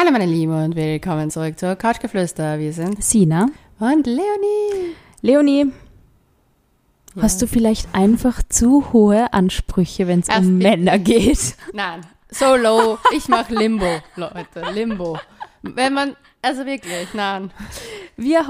Hallo meine Lieben und willkommen zurück zur Couchgeflüster. Wir sind Sina und Leonie. Leonie, ja. Hast du vielleicht einfach zu hohe Ansprüche, wenn es um Männer geht? Nein, so low. Ich mache Limbo, Leute, Limbo. Wenn man, also wirklich, nein. Wir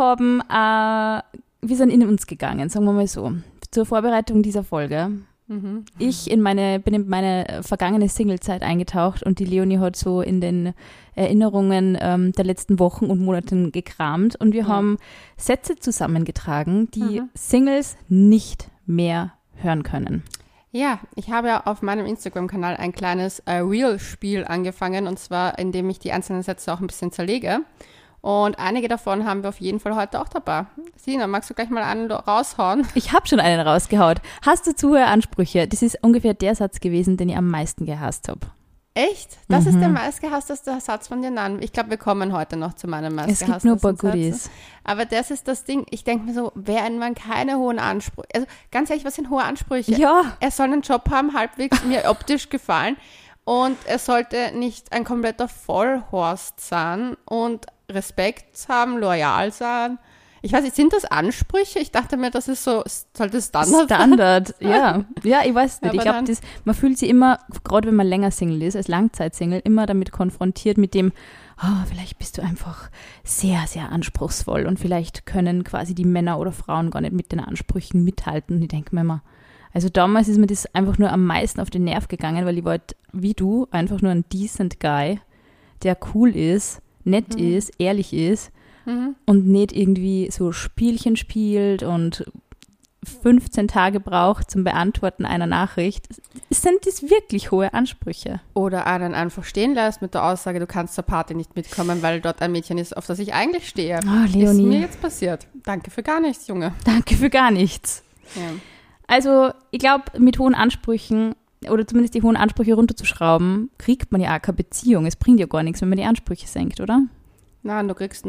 sind in uns gegangen, sagen wir mal so, zur Vorbereitung dieser Folge. Ich bin in meine vergangene Singlezeit eingetaucht und die Leonie hat so in den Erinnerungen der letzten Wochen und Monaten gekramt und wir haben Sätze zusammengetragen, die Singles nicht mehr hören können. Ja, ich habe ja auf meinem Instagram-Kanal ein kleines Reel-Spiel angefangen und zwar, indem ich die einzelnen Sätze auch ein bisschen zerlege. Und einige davon haben wir auf jeden Fall heute auch dabei. Sina, magst du gleich mal einen raushauen? Ich habe schon einen rausgehaut. Hast du zu hohe Ansprüche? Das ist ungefähr der Satz gewesen, den ich am meisten gehasst habe. Echt? Das ist der meistgehassteste Satz von dir? Nein, ich glaube, wir kommen heute noch zu meinem meistgehassten Es gibt nur ein paar Goodies. Aber das ist das Ding. Ich denke mir so, wenn man keine hohen Ansprüche, also ganz ehrlich, was sind hohe Ansprüche? Ja. Er soll einen Job haben, halbwegs mir optisch gefallen und er sollte nicht ein kompletter Vollhorst sein und Respekt haben, loyal sein. Ich weiß nicht, sind das Ansprüche? Ich dachte mir, das ist so, sollte Standard, ja. Ja, ich weiß nicht. Ich glaube, man fühlt sich immer, gerade wenn man länger Single ist, als Langzeitsingle, immer damit konfrontiert mit dem, vielleicht bist du einfach sehr, sehr anspruchsvoll und vielleicht können quasi die Männer oder Frauen gar nicht mit den Ansprüchen mithalten. Und ich denke mir immer, also damals ist mir das einfach nur am meisten auf den Nerv gegangen, weil ich wollte, wie du, einfach nur ein decent Guy, der cool ist, nett ist, ehrlich ist und nicht irgendwie so Spielchen spielt und 15 Tage braucht zum Beantworten einer Nachricht. Sind das wirklich hohe Ansprüche? Oder einen einfach stehen lässt mit der Aussage, du kannst zur Party nicht mitkommen, weil dort ein Mädchen ist, auf das ich eigentlich stehe. Oh, Leonie. Ist mir jetzt passiert. Danke für gar nichts, Junge. Danke für gar nichts. Ja. Also ich glaube, mit hohen Ansprüchen oder zumindest die hohen Ansprüche runterzuschrauben, kriegt man ja auch keine Beziehung. Es bringt ja gar nichts, wenn man die Ansprüche senkt, oder? Nein, du kriegst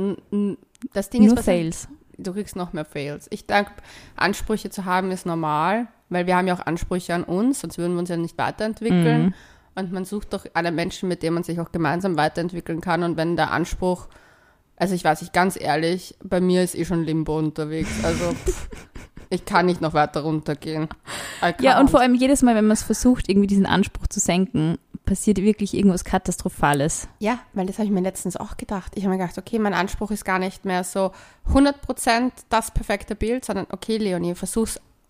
das Ding nur ist, Fails. Du kriegst noch mehr Fails. Ich denke, Ansprüche zu haben ist normal, weil wir haben ja auch Ansprüche an uns, sonst würden wir uns ja nicht weiterentwickeln. Und man sucht doch einen Menschen, mit dem man sich auch gemeinsam weiterentwickeln kann. Und wenn der Anspruch, also ich weiß nicht, ganz ehrlich, bei mir ist schon Limbo unterwegs. Also ich kann nicht noch weiter runtergehen. Ja, und vor allem jedes Mal, wenn man es versucht, irgendwie diesen Anspruch zu senken, passiert wirklich irgendwas Katastrophales. Ja, weil das habe ich mir letztens auch gedacht. Ich habe mir gedacht, okay, mein Anspruch ist gar nicht mehr so 100% das perfekte Bild, sondern okay, Leonie, versuch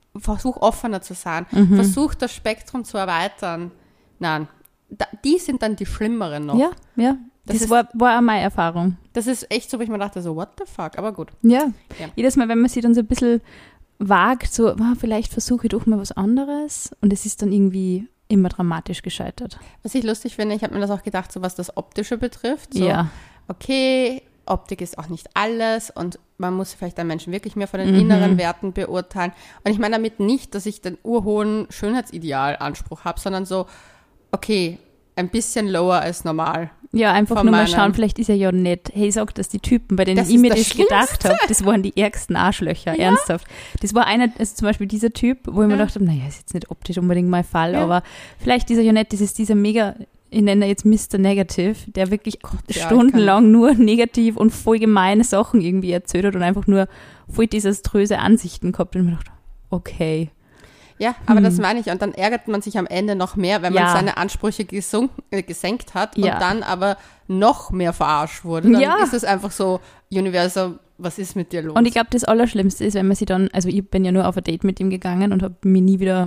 offener zu sein. Versuch das Spektrum zu erweitern. Nein, die sind dann die schlimmeren noch. Ja. Das war auch meine Erfahrung. Das ist echt so, wo ich mir dachte, so what the fuck, aber gut. Ja. Jedes Mal, wenn man sich dann so ein bisschen wagt, so vielleicht versuche ich doch mal was anderes und es ist dann irgendwie immer dramatisch gescheitert. Was ich lustig finde, ich habe mir das auch gedacht, so was das Optische betrifft. So, ja. Okay, Optik ist auch nicht alles und man muss vielleicht einen Menschen wirklich mehr von den inneren Werten beurteilen. Und ich meine damit nicht, dass ich den urhohen Schönheitsidealanspruch habe, sondern so, okay, ein bisschen lower als normal. Ja, einfach nur mal schauen, vielleicht ist er ja nicht. Hey, sag das, die Typen, bei denen ich mir das gedacht habe, das waren die ärgsten Arschlöcher, ernsthaft. Das war einer, also zum Beispiel dieser Typ, wo ich mir gedacht habe, naja, ist jetzt nicht optisch unbedingt mein Fall, aber vielleicht ist er ja nicht, das ist dieser mega, ich nenne jetzt Mr. Negative, der wirklich stundenlang nur negativ und voll gemeine Sachen irgendwie erzählt hat und einfach nur voll desaströse Ansichten gehabt und ich mir gedacht, okay. Ja, aber das meine ich. Und dann ärgert man sich am Ende noch mehr, wenn man seine Ansprüche gesenkt hat und dann aber noch mehr verarscht wurde. Dann ist es einfach so, Universum, was ist mit dir los? Und ich glaube, das Allerschlimmste ist, wenn man sich dann, also ich bin ja nur auf ein Date mit ihm gegangen und habe mir nie wieder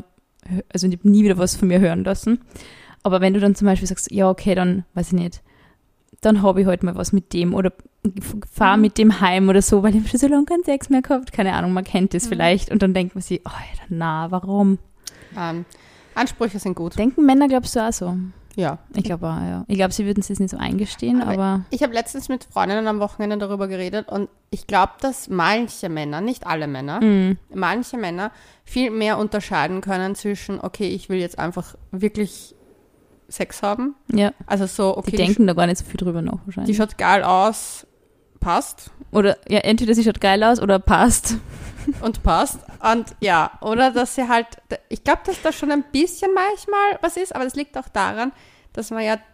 was von mir hören lassen. Aber wenn du dann zum Beispiel sagst, ja, okay, dann, weiß ich nicht, dann habe ich halt mal was mit dem oder fahre mit dem heim oder so, weil ich schon so lange keinen Sex mehr gehabt. Keine Ahnung, man kennt das vielleicht. Und dann denkt man sich, warum? Ansprüche sind gut. Denken Männer, glaubst du, auch so? Ja. Ich glaube auch, ja. Ich glaube, sie würden es jetzt nicht so eingestehen, aber ich habe letztens mit Freundinnen am Wochenende darüber geredet und ich glaube, dass manche Männer, nicht alle Männer, manche Männer viel mehr unterscheiden können zwischen, okay, ich will jetzt einfach wirklich Sex haben. Ja. Also so, okay. Die denken da gar nicht so viel drüber nach wahrscheinlich. Die schaut geil aus, passt. Oder, ja, entweder sie schaut geil aus oder passt. Und passt. Und ja, oder dass sie halt, ich glaube, dass da schon ein bisschen manchmal was ist, aber das liegt auch daran, dass man ja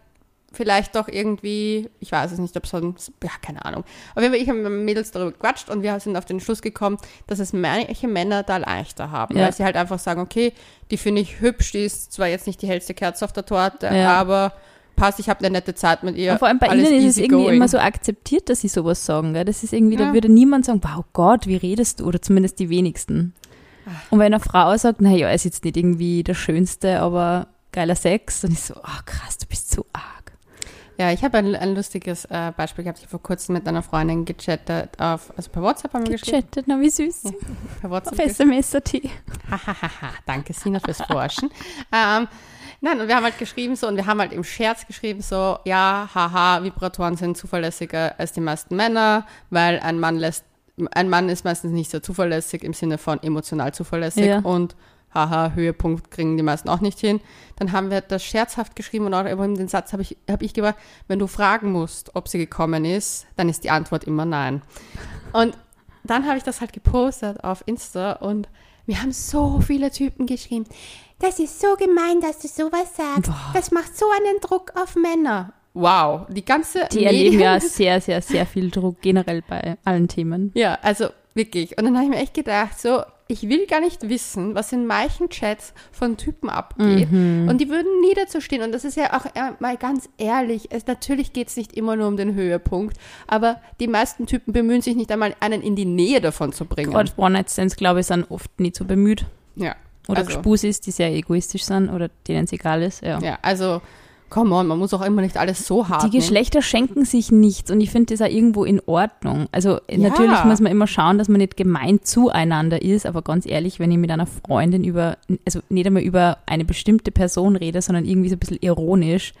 vielleicht doch irgendwie, ich weiß es nicht, ob sonst, ja, keine Ahnung. Auf jeden Fall, ich habe mit meinen Mädels darüber gequatscht und wir sind auf den Schluss gekommen, dass es manche Männer da leichter haben, weil sie halt einfach sagen, okay, die finde ich hübsch, die ist zwar jetzt nicht die hellste Kerze auf der Torte, aber passt, ich habe eine nette Zeit mit ihr. Und vor allem bei ihnen ist es irgendwie immer so akzeptiert, dass sie sowas sagen. Gell? Das ist irgendwie, da würde niemand sagen, wow Gott, wie redest du? Oder zumindest die wenigsten. Und wenn eine Frau sagt, naja, er ist jetzt nicht irgendwie der Schönste, aber geiler Sex, dann ist so, krass, du bist so arg. Ja, ich habe ein lustiges Beispiel gehabt. Ich habe vor kurzem mit einer Freundin gechattet, also per WhatsApp haben wir geschrieben. Gechattet, na wie süß. Ja, per WhatsApp. Auf SMS.at. Danke, Sina, fürs Forschen. Nein, und wir haben halt geschrieben so, und wir haben halt im Scherz geschrieben so, ja, haha, Vibratoren sind zuverlässiger als die meisten Männer, weil ein Mann ist meistens nicht so zuverlässig im Sinne von emotional zuverlässig und haha, Höhepunkt kriegen die meisten auch nicht hin. Dann haben wir das scherzhaft geschrieben und auch den Satz habe ich gebracht, wenn du fragen musst, ob sie gekommen ist, dann ist die Antwort immer nein. Und dann habe ich das halt gepostet auf Insta und wir haben so viele Typen geschrieben, das ist so gemein, dass du sowas sagst. Boah. Das macht so einen Druck auf Männer. Wow, die erleben ja sehr, sehr, sehr viel Druck generell bei allen Themen. Ja, also wirklich. Und dann habe ich mir echt gedacht, so, ich will gar nicht wissen, was in manchen Chats von Typen abgeht. Und die würden nie dazu stehen. Und das ist ja auch mal ganz ehrlich. Natürlich geht es nicht immer nur um den Höhepunkt. Aber die meisten Typen bemühen sich nicht einmal, einen in die Nähe davon zu bringen. Gerade One-Night-Stands, glaube ich, sind oft nicht so bemüht. Ja. Oder Spusis, die sehr egoistisch sind oder denen es egal ist. Ja, also come on, man muss auch immer nicht alles so hart Die Geschlechter schenken sich nichts und ich finde das auch irgendwo in Ordnung. Also natürlich muss man immer schauen, dass man nicht gemein zueinander ist, aber ganz ehrlich, wenn ich mit einer Freundin nicht einmal über eine bestimmte Person rede, sondern irgendwie so ein bisschen ironisch,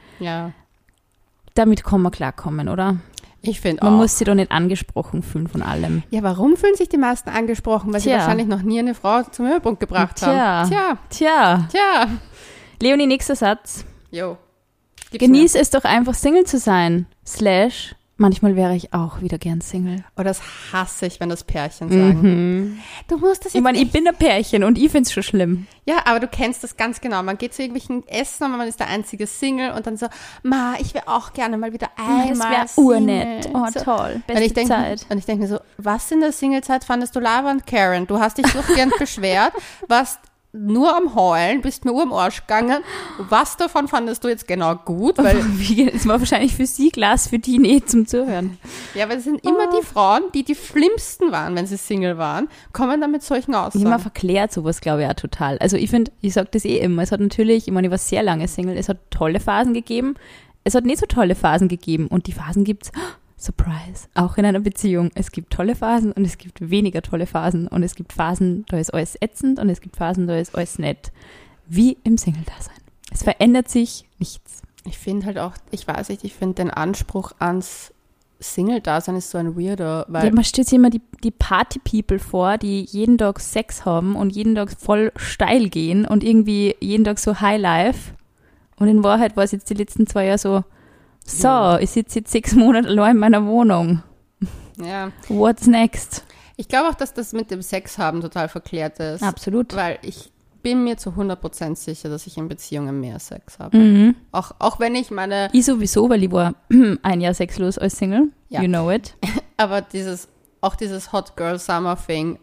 damit kann man klarkommen, oder? Ich finde auch. Man muss sich doch nicht angesprochen fühlen von allem. Ja, warum fühlen sich die meisten angesprochen? Weil sie wahrscheinlich noch nie eine Frau zum Höhepunkt gebracht haben. Tja. Leonie, nächster Satz. Jo. Genieß es doch einfach, Single zu sein. / manchmal wäre ich auch wieder gern Single. Oh, das hasse ich, wenn das Pärchen sagen. Du musst das jetzt. Ich meine, ich bin ein Pärchen und ich finde es schon schlimm. Ja, aber du kennst das ganz genau. Man geht zu irgendwelchen Essen und man ist der einzige Single und dann so, ich wäre auch gerne mal wieder einmal das wäre urnett. Oh, so. Toll. Beste Zeit. Und ich denke mir so, was in der Singlezeit fandest du labernd, Karen? Du hast dich so gern beschwert, warst nur am Heulen, bist mir am Arsch gegangen. Was davon fandest du jetzt genau gut? Weil es war wahrscheinlich für sie Glas, für die nicht zum Zuhören. Ja, weil es sind immer die Frauen, die schlimmsten waren, wenn sie Single waren, kommen dann mit solchen Aussagen. Man verklärt sowas, glaube ich, auch total. Also ich finde, ich sage das immer, es hat natürlich, ich meine, ich war sehr lange Single, es hat tolle Phasen gegeben, es hat nicht so tolle Phasen gegeben und die Phasen gibt's, Surprise, auch in einer Beziehung. Es gibt tolle Phasen und es gibt weniger tolle Phasen und es gibt Phasen, da ist alles ätzend und es gibt Phasen, da ist alles nett. Wie im Single-Dasein. Es verändert sich nichts. Ich finde halt auch, ich weiß nicht, ich finde den Anspruch ans Single-Dasein ist so ein Weirdo, weil... Ja, man stellt sich immer die Party-People vor, die jeden Tag Sex haben und jeden Tag voll steil gehen und irgendwie jeden Tag so High-Life. Und in Wahrheit war es jetzt die letzten 2 Jahre so, ich sitze jetzt 6 Monate allein in meiner Wohnung. Ja. What's next? Ich glaube auch, dass das mit dem Sex haben total verklärt ist. Absolut. Weil ich bin mir zu 100% sicher, dass ich in Beziehungen mehr Sex habe. Auch wenn ich meine... Ich sowieso, weil ich war 1 Jahr sexlos als Single. Ja. You know it. Aber dieses Hot Girl Summer Thing,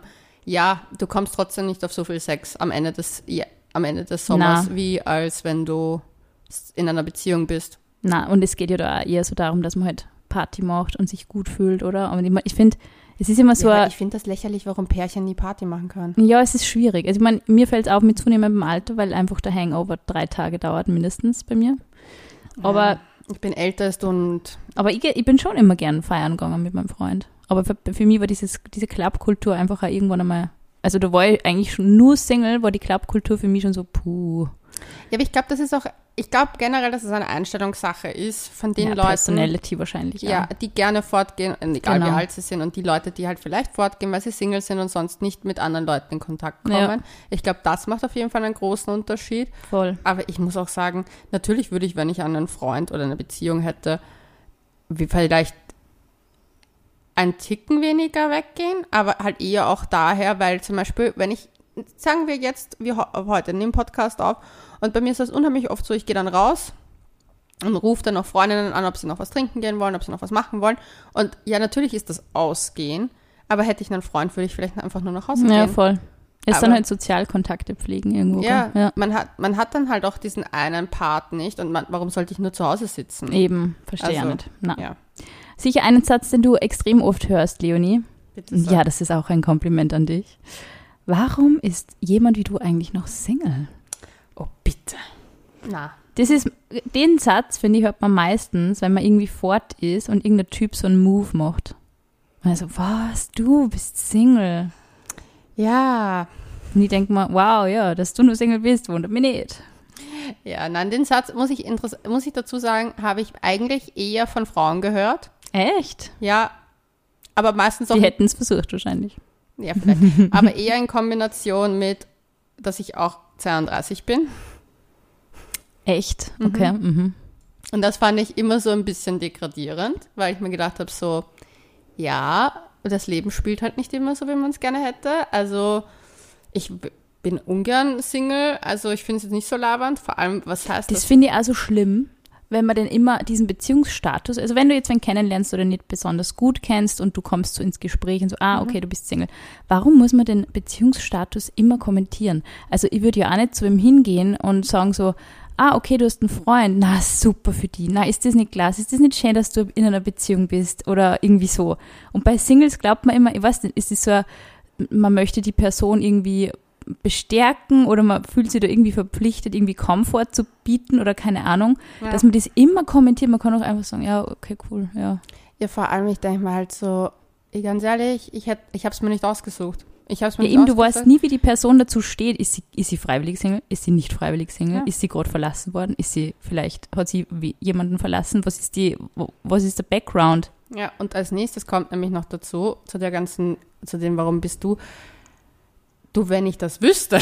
du kommst trotzdem nicht auf so viel Sex am Ende des Sommers, wie als wenn du in einer Beziehung bist. Na, und es geht ja da eher so darum, dass man halt Party macht und sich gut fühlt, oder? Aber ich finde, es ist immer so... Ja, ich finde das lächerlich, warum Pärchen nie Party machen können. Ja, es ist schwierig. Also ich meine, mir fällt es auf mit zunehmendem Alter, weil einfach der Hangover 3 Tage dauert mindestens bei mir. Aber... Ich bin älter als du und... Aber ich bin schon immer gern feiern gegangen mit meinem Freund. Aber für mich war diese Clubkultur einfach auch irgendwann einmal... Also da war ich eigentlich schon nur Single, war die Clubkultur für mich schon so puh. Ja, aber ich glaube generell, dass es eine Einstellungssache ist von den Leuten. Personality wahrscheinlich. Ja, die gerne fortgehen, egal wie alt sie sind, und die Leute, die halt vielleicht fortgehen, weil sie Single sind und sonst nicht mit anderen Leuten in Kontakt kommen. Ja. Ich glaube, das macht auf jeden Fall einen großen Unterschied. Voll. Aber ich muss auch sagen, natürlich würde ich, wenn ich einen Freund oder eine Beziehung hätte, wie vielleicht ein Ticken weniger weggehen, aber halt eher auch daher, weil zum Beispiel, sagen wir jetzt, wir heute nehmen Podcast auf und bei mir ist das unheimlich oft so, ich gehe dann raus und ruft dann auch Freundinnen an, ob sie noch was trinken gehen wollen, ob sie noch was machen wollen. Und ja, natürlich ist das Ausgehen, aber hätte ich einen Freund, würde ich vielleicht einfach nur nach Hause gehen. Ja, voll. Es dann halt Sozialkontakte pflegen irgendwo. Ja, ja. Man hat dann halt auch diesen einen Part nicht und warum sollte ich nur zu Hause sitzen? Eben, verstehe ich nicht. Na. Ja. Sicher einen Satz, den du extrem oft hörst, Leonie. Bitte sag. Ja, das ist auch ein Kompliment an dich. Warum ist jemand wie du eigentlich noch Single? Oh, bitte. Na. Den Satz, finde ich, hört man meistens, wenn man irgendwie fort ist und irgendein Typ so einen Move macht. Also, was, du bist Single? Ja. Und ich denke mir, wow, ja, dass du nur Single bist, wundert mich nicht. Ja, nein, den Satz, muss ich dazu sagen, habe ich eigentlich eher von Frauen gehört. Echt? Ja, aber meistens auch... Die hätten es versucht wahrscheinlich. Ja, vielleicht. Aber eher in Kombination mit, dass ich auch 32 bin. Echt? Okay. Mhm. Und das fand ich immer so ein bisschen degradierend, weil ich mir gedacht habe, so, ja, das Leben spielt halt nicht immer so, wie man es gerne hätte. Also ich bin ungern Single, also ich finde es jetzt nicht so labernd. Vor allem, was heißt das? Das finde ich also schlimm, wenn man denn immer diesen Beziehungsstatus, also wenn du jetzt wen kennenlernst oder nicht besonders gut kennst und du kommst so ins Gespräch und so, okay, du bist Single. Warum muss man den Beziehungsstatus immer kommentieren? Also ich würde ja auch nicht zu ihm hingehen und sagen so, okay, du hast einen Freund, na super für die, na ist das nicht klasse, ist das nicht schön, dass du in einer Beziehung bist oder irgendwie so. Und bei Singles glaubt man immer, ich weiß nicht, ist es so, man möchte die Person irgendwie bestärken oder man fühlt sich da irgendwie verpflichtet, irgendwie Komfort zu bieten oder keine Ahnung, dass man das immer kommentiert, man kann auch einfach sagen, ja, okay, cool, ja. Ja, vor allem, ich denke mir halt so, ganz ehrlich, ich habe es mir nicht ausgesucht. Du weißt nie, wie die Person dazu steht. Ist sie freiwillig Single? Ist sie nicht freiwillig Single? Ja. Ist sie gerade verlassen worden? Hat sie jemanden verlassen? Was ist der Background? Ja, und als nächstes kommt nämlich noch dazu, zu dem, warum bist du? Du, wenn ich das wüsste.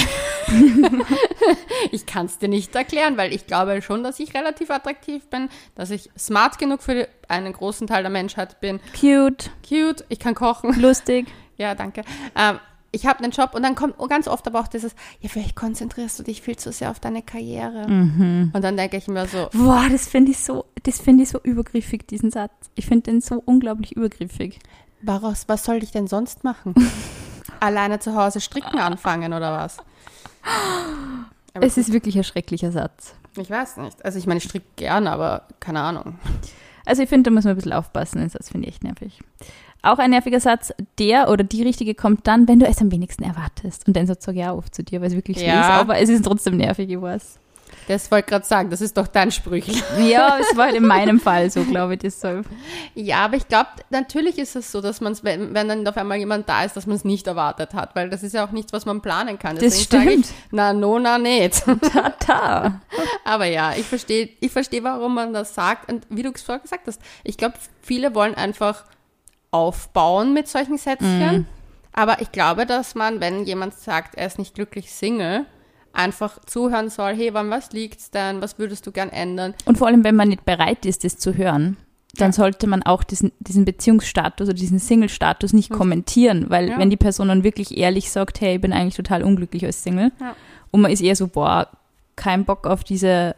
Ich kann es dir nicht erklären, weil ich glaube schon, dass ich relativ attraktiv bin, dass ich smart genug für einen großen Teil der Menschheit bin. Cute, ich kann kochen. Lustig. Ja, danke. Ich habe einen Job und dann kommt ganz oft aber auch dieses, ja, vielleicht konzentrierst du dich viel zu sehr auf deine Karriere. Mhm. Und dann denke ich mir so, boah, das finde ich so übergriffig, diesen Satz. Ich finde den so unglaublich übergriffig. Was soll ich denn sonst machen? Alleine zu Hause stricken anfangen oder was? Aber es ist wirklich ein schrecklicher Satz. Ich weiß nicht. Also ich meine, ich stricke gern, aber keine Ahnung. Also ich finde, da muss man ein bisschen aufpassen. Den Satz finde ich echt nervig. Auch ein nerviger Satz, der oder die Richtige kommt dann, wenn du es am wenigsten erwartest. Und dann sagt sage ich auch oft zu dir, weil es wirklich so ist. Aber es ist trotzdem nervig, ich weiß. Das wollte ich gerade sagen, das ist doch dein Sprüchel. Ja, es war halt in meinem Fall so, glaube ich, deshalb. Ja, aber ich glaube, natürlich ist es so, dass man es, wenn dann auf einmal jemand da ist, dass man es nicht erwartet hat, weil das ist ja auch nichts, was man planen kann. Deswegen das stimmt. Na nicht. Tata. Aber ja, ich verstehe, warum man das sagt. Und wie du es vorher gesagt hast, ich glaube, viele wollen einfach aufbauen mit solchen Sätzchen. Aber ich glaube, dass man, wenn jemand sagt, er ist nicht glücklich Single, einfach zuhören soll, hey, was liegt's denn, was würdest du gern ändern? Und vor allem, wenn man nicht bereit ist, das zu hören, dann sollte man auch diesen Beziehungsstatus oder diesen Single-Status nicht kommentieren, weil wenn die Person dann wirklich ehrlich sagt, hey, ich bin eigentlich total unglücklich als Single und man ist eher so, kein Bock auf diesen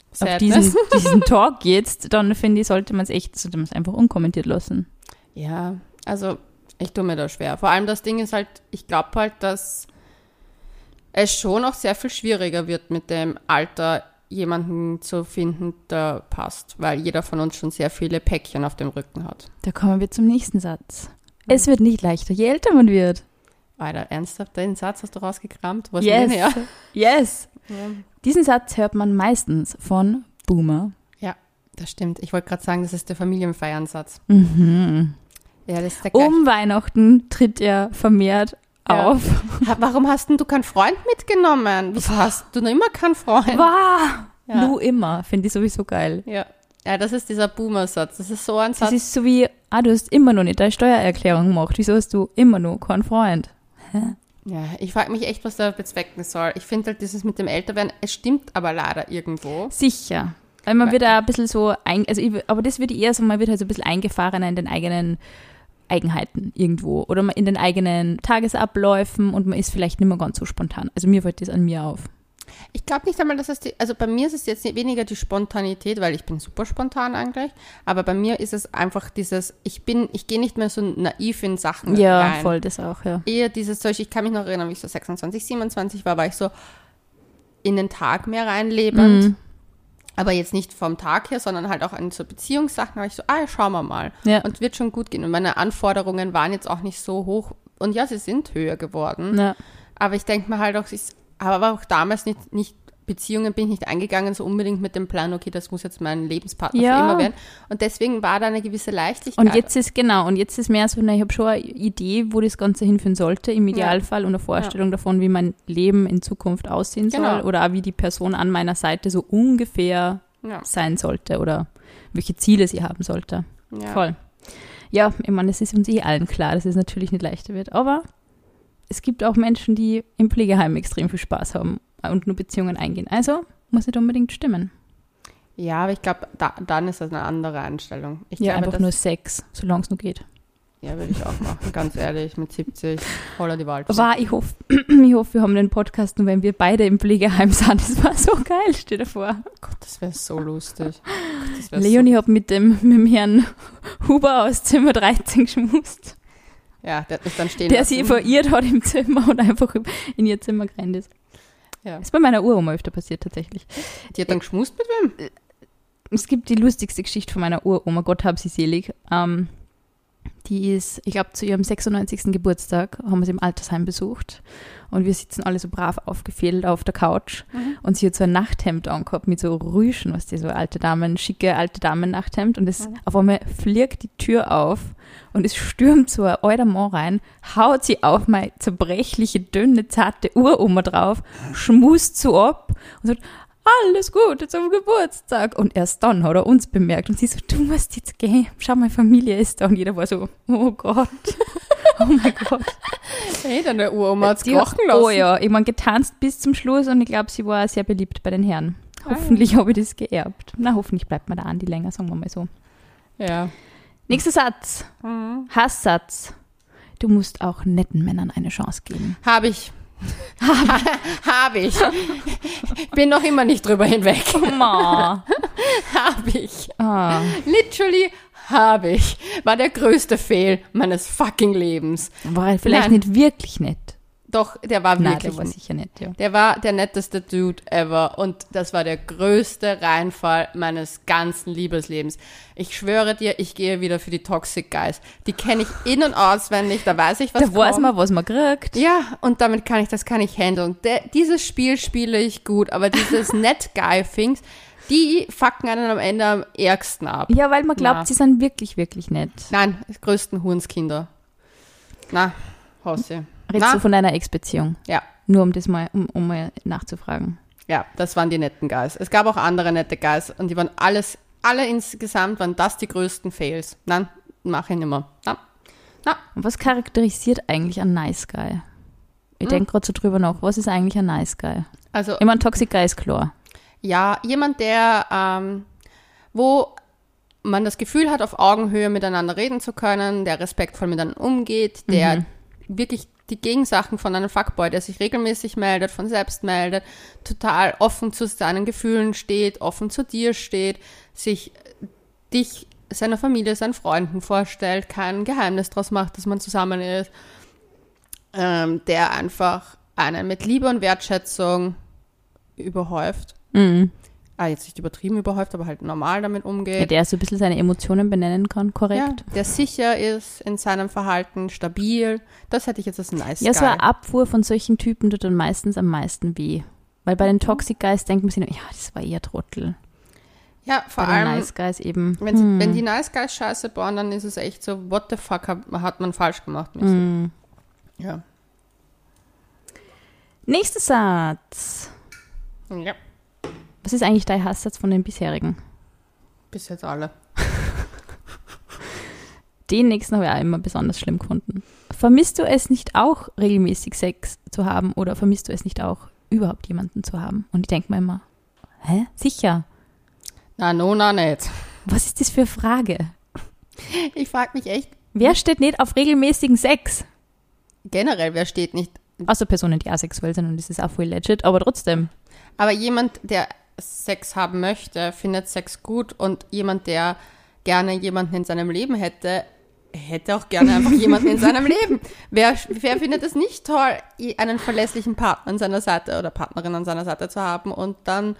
Talk jetzt, dann finde ich, sollte man es einfach unkommentiert lassen. Ja, also ich tue mir da schwer. Vor allem das Ding ist halt, ich glaube halt, dass es schon auch sehr viel schwieriger wird mit dem Alter, jemanden zu finden, der passt, weil jeder von uns schon sehr viele Päckchen auf dem Rücken hat. Da kommen wir zum nächsten Satz. Es wird nicht leichter, je älter man wird. Alter, ernsthaft, den Satz hast du rausgekramt? Was yes. Denn her? Yes. Ja. Diesen Satz hört man meistens von Boomer. Ja, das stimmt. Ich wollte gerade sagen, das ist der Familienfeiern-Satz. Mhm. Ja, das ist der Weihnachten tritt er vermehrt auf. Warum hast denn du keinen Freund mitgenommen? Wieso hast du noch immer keinen Freund? Du immer, finde ich sowieso geil. Ja, das ist dieser Boomer-Satz. Das ist so ein Satz. Das ist so wie, du hast immer noch nicht deine Steuererklärung gemacht. Wieso hast du immer noch keinen Freund? Hä? Ja, ich frage mich echt, was der bezwecken soll. Ich finde halt dieses mit dem Älterwerden, es stimmt aber leider irgendwo. Sicher. Weil man wird auch ein bisschen so, aber das würde ich eher so, man wird halt so ein bisschen eingefahrener in den eigenen Eigenheiten irgendwo oder in den eigenen Tagesabläufen und man ist vielleicht nicht mehr ganz so spontan. Also mir fällt das an mir auf. Ich glaube nicht einmal, dass also bei mir ist es jetzt weniger die Spontanität, weil ich bin super spontan eigentlich, aber bei mir ist es einfach dieses, ich gehe nicht mehr so naiv in Sachen rein. Ja, voll das auch, ja. Eher dieses Zeug, ich kann mich noch erinnern, wie ich so 26, 27 war ich so in den Tag mehr reinlebend, aber jetzt nicht vom Tag her, sondern halt auch an so Beziehungssachen, war ich so, schauen wir mal. Ja. Und wird schon gut gehen. Und meine Anforderungen waren jetzt auch nicht so hoch und ja, sie sind höher geworden. Ja. Aber ich denke mir halt auch, aber auch damals nicht Beziehungen bin ich nicht eingegangen, so unbedingt mit dem Plan, okay, das muss jetzt mein Lebenspartner für immer werden. Und deswegen war da eine gewisse Leichtigkeit. Und jetzt ist mehr so, ich habe schon eine Idee, wo das Ganze hinführen sollte, im Idealfall, und eine Vorstellung davon, wie mein Leben in Zukunft aussehen soll oder auch wie die Person an meiner Seite so ungefähr sein sollte oder welche Ziele sie haben sollte. Ja. Voll. Ja, ich meine, es ist uns allen klar, dass es natürlich nicht leichter wird, aber es gibt auch Menschen, die im Pflegeheim extrem viel Spaß haben und nur Beziehungen eingehen. Also muss nicht unbedingt stimmen. Ja, aber ich glaube, dann ist das eine andere Einstellung. Ich glaube, einfach nur Sex, solange es nur geht. Ja, würde ich auch machen, ganz ehrlich, mit 70, holla die Waldfee. Aber ich hoffe, wir haben den Podcast und wenn wir beide im Pflegeheim sind, das war so geil, stell dir vor. Gott, das wäre so lustig. Leonie hat mit dem Herrn Huber aus Zimmer 13 geschmust. Ja, der hat mich dann stehen der lassen. sie verirrt hat im Zimmer und einfach in ihr Zimmer gerannt ist. Ja. Das ist bei meiner Uroma öfter passiert tatsächlich. Die hat dann geschmust mit wem? Es gibt die lustigste Geschichte von meiner Uroma, Gott hab sie selig. Die ist, ich glaube, zu ihrem 96. Geburtstag haben wir sie im Altersheim besucht und wir sitzen alle so brav aufgefädelt auf der Couch und sie hat so ein Nachthemd angehabt mit so Rüschen, was die so schicke alte Damen-Nachthemd und auf einmal fliegt die Tür auf und es stürmt so ein alter Mann rein, haut sie auf meine zerbrechliche, dünne, zarte Uroma drauf, schmust so ab und sagt, alles Gute zum Geburtstag. Und erst dann hat er uns bemerkt und sie so, du musst jetzt gehen, schau, meine Familie ist da. Und jeder war so, oh Gott, oh mein Gott. Hey, deine Uroma hat es kochen lassen. Oh ja, ich meine, getanzt bis zum Schluss und ich glaube, sie war sehr beliebt bei den Herren. Hoffentlich habe ich das geerbt. Na, hoffentlich bleibt mir der Andi länger, sagen wir mal so. Ja. Nächster Satz, Hasssatz. Du musst auch netten Männern eine Chance geben. Habe ich. Habe ich. Bin noch immer nicht drüber hinweg. Habe ich. Literally habe ich. War der größte Fail meines fucking Lebens. War er vielleicht nicht wirklich nett? Doch, der war wirklich. Der war sicher nett, ja. Der war der netteste Dude ever und das war der größte Reinfall meines ganzen Liebeslebens. Ich schwöre dir, ich gehe wieder für die Toxic Guys. Die kenne ich in- und auswendig, da weiß ich, was kommt. Da weiß man, was man kriegt. Ja, und damit kann ich handeln. Dieses Spiel spiele ich gut, aber dieses Net-Guy-Things, die fucken einen am Ende am ärgsten ab. Ja, weil man glaubt, sie sind wirklich, wirklich nett. Nein, die größten Hurenskinder. Na, Hossi. Redest du von deiner Ex-Beziehung? Ja. Nur um das mal, um mal nachzufragen. Ja, das waren die netten Guys. Es gab auch andere nette Guys und die waren alle insgesamt waren das die größten Fails. Nein, mache ich nicht mehr. Na. Und was charakterisiert eigentlich ein Nice Guy? Ich denke gerade so drüber nach. Was ist eigentlich ein Nice Guy? Also, ich meine, Toxic Guy ist klar. Ja, jemand, der, wo man das Gefühl hat, auf Augenhöhe miteinander reden zu können, der respektvoll miteinander umgeht, der wirklich die Gegensachen von einem Fuckboy, der sich regelmäßig meldet, von selbst meldet, total offen zu seinen Gefühlen steht, offen zu dir steht, sich dich, seiner Familie, seinen Freunden vorstellt, kein Geheimnis draus macht, dass man zusammen ist, der einfach einen mit Liebe und Wertschätzung überhäuft. Jetzt nicht übertrieben überhäuft, aber halt normal damit umgeht. Ja, der so ein bisschen seine Emotionen benennen kann, korrekt. Ja, der sicher ist in seinem Verhalten, stabil. Das hätte ich jetzt als Nice Guy. Ja, so eine Abfuhr von solchen Typen tut dann meistens am meisten weh. Weil bei den Toxic Guys denkt man sich nur, ja, das war eher Trottel. Ja, vor bei allem, den Nice Guys eben. Wenn die Nice Guys Scheiße bauen, dann ist es echt so, what the fuck hat man falsch gemacht. Ja. Nächster Satz. Ja. Was ist eigentlich dein Hasssatz von den bisherigen? Bis jetzt alle. Den nächsten habe ich auch immer besonders schlimm gefunden. Vermisst du es nicht auch, regelmäßig Sex zu haben oder vermisst du es nicht auch, überhaupt jemanden zu haben? Und ich denke mir immer, hä? Sicher. Na, nicht. Was ist das für eine Frage? Ich frage mich echt. Wer steht nicht auf regelmäßigen Sex? Generell, wer steht nicht? Außer Personen, die asexuell sind und das ist auch voll legit, aber trotzdem. Aber jemand, der Sex haben möchte, findet Sex gut und jemand, der gerne jemanden in seinem Leben hätte auch gerne einfach jemanden in seinem Leben. Wer findet es nicht toll, einen verlässlichen Partner an seiner Seite oder Partnerin an seiner Seite zu haben und dann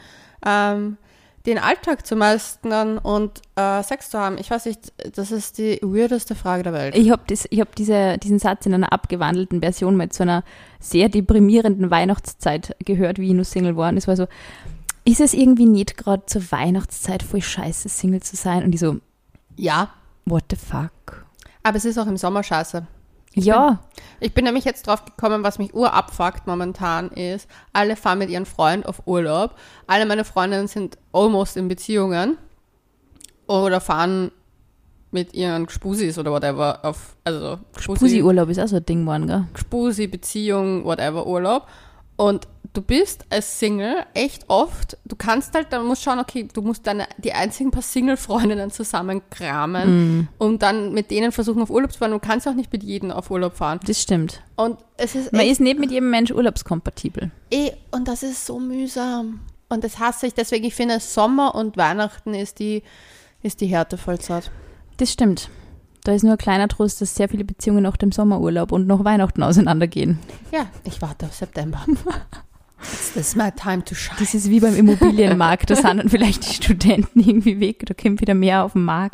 den Alltag zu meistern und Sex zu haben? Ich weiß nicht, das ist die weirdeste Frage der Welt. Ich hab diesen Satz in einer abgewandelten Version mit so einer sehr deprimierenden Weihnachtszeit gehört, wie ich nur Single war. Und es war so, ist es irgendwie nicht gerade zur Weihnachtszeit voll scheiße, Single zu sein? Und ich so, ja. What the fuck? Aber es ist auch im Sommer scheiße. Ich bin nämlich jetzt drauf gekommen, was mich urabfuckt momentan ist, alle fahren mit ihren Freunden auf Urlaub. Alle meine Freundinnen sind almost in Beziehungen oder fahren mit ihren Gspusis oder whatever auf, also Gspusi-Urlaub ist auch so ein Ding geworden, gell? Gspusi, Beziehung, whatever, Urlaub. Und du bist als Single echt oft, du kannst halt, dann musst schauen, okay, du musst die einzigen paar Single-Freundinnen zusammenkramen und dann mit denen versuchen, auf Urlaub zu fahren. Du kannst auch nicht mit jedem auf Urlaub fahren. Das stimmt. Und es ist Man ist nicht mit jedem Mensch urlaubskompatibel. Und das ist so mühsam. Und das hasse ich. Deswegen, ich finde, Sommer und Weihnachten ist die Härtevollzeit. Das stimmt. Da ist nur ein kleiner Trost, dass sehr viele Beziehungen nach dem Sommerurlaub und nach Weihnachten auseinandergehen. Ja, ich warte auf September. It's my time to shine. Das ist wie beim Immobilienmarkt. Da sind dann vielleicht die Studenten irgendwie weg. Da kommt wieder mehr auf den Markt.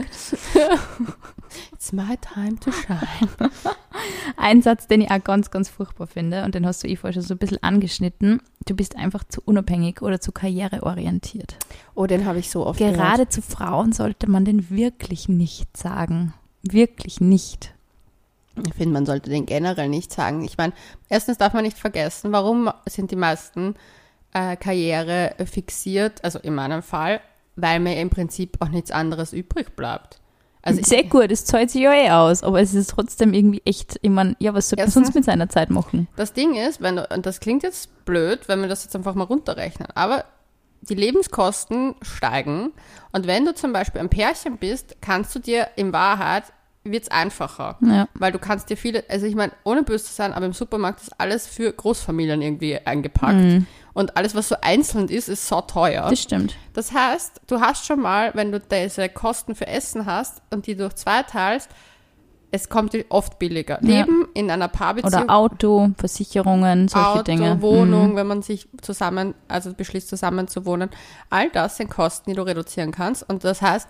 It's my time to shine. Ein Satz, den ich auch ganz, ganz furchtbar finde, und den hast du vorher schon so ein bisschen angeschnitten. Du bist einfach zu unabhängig oder zu karriereorientiert. Oh, den habe ich so oft gehört. Gerade zu Frauen sollte man den wirklich nicht sagen. Wirklich nicht. Ich finde, man sollte den generell nicht sagen. Ich meine, erstens darf man nicht vergessen, warum sind die meisten Karriere fixiert, also in meinem Fall, weil mir im Prinzip auch nichts anderes übrig bleibt. Also sehr gut, es zahlt sich ja eh aus, aber es ist trotzdem irgendwie echt, ich meine, ja, was soll man sonst mit seiner Zeit machen? Das Ding ist, und das klingt jetzt blöd, wenn wir das jetzt einfach mal runterrechnen, aber die Lebenskosten steigen und wenn du zum Beispiel ein Pärchen bist, kannst du dir in Wahrheit, wird es einfacher, weil du kannst dir viele, also ich meine, ohne böse zu sein, aber im Supermarkt ist alles für Großfamilien irgendwie eingepackt und alles, was so einzeln ist so teuer. Das stimmt. Das heißt, du hast schon mal, wenn du diese Kosten für Essen hast und die durch 2 teilst, es kommt dir oft billiger. Ja. Leben in einer Paarbeziehung. Oder Auto, Versicherungen, solche Dinge. Wohnung, wenn man sich beschließt, zusammen zu wohnen. All das sind Kosten, die du reduzieren kannst. Und das heißt,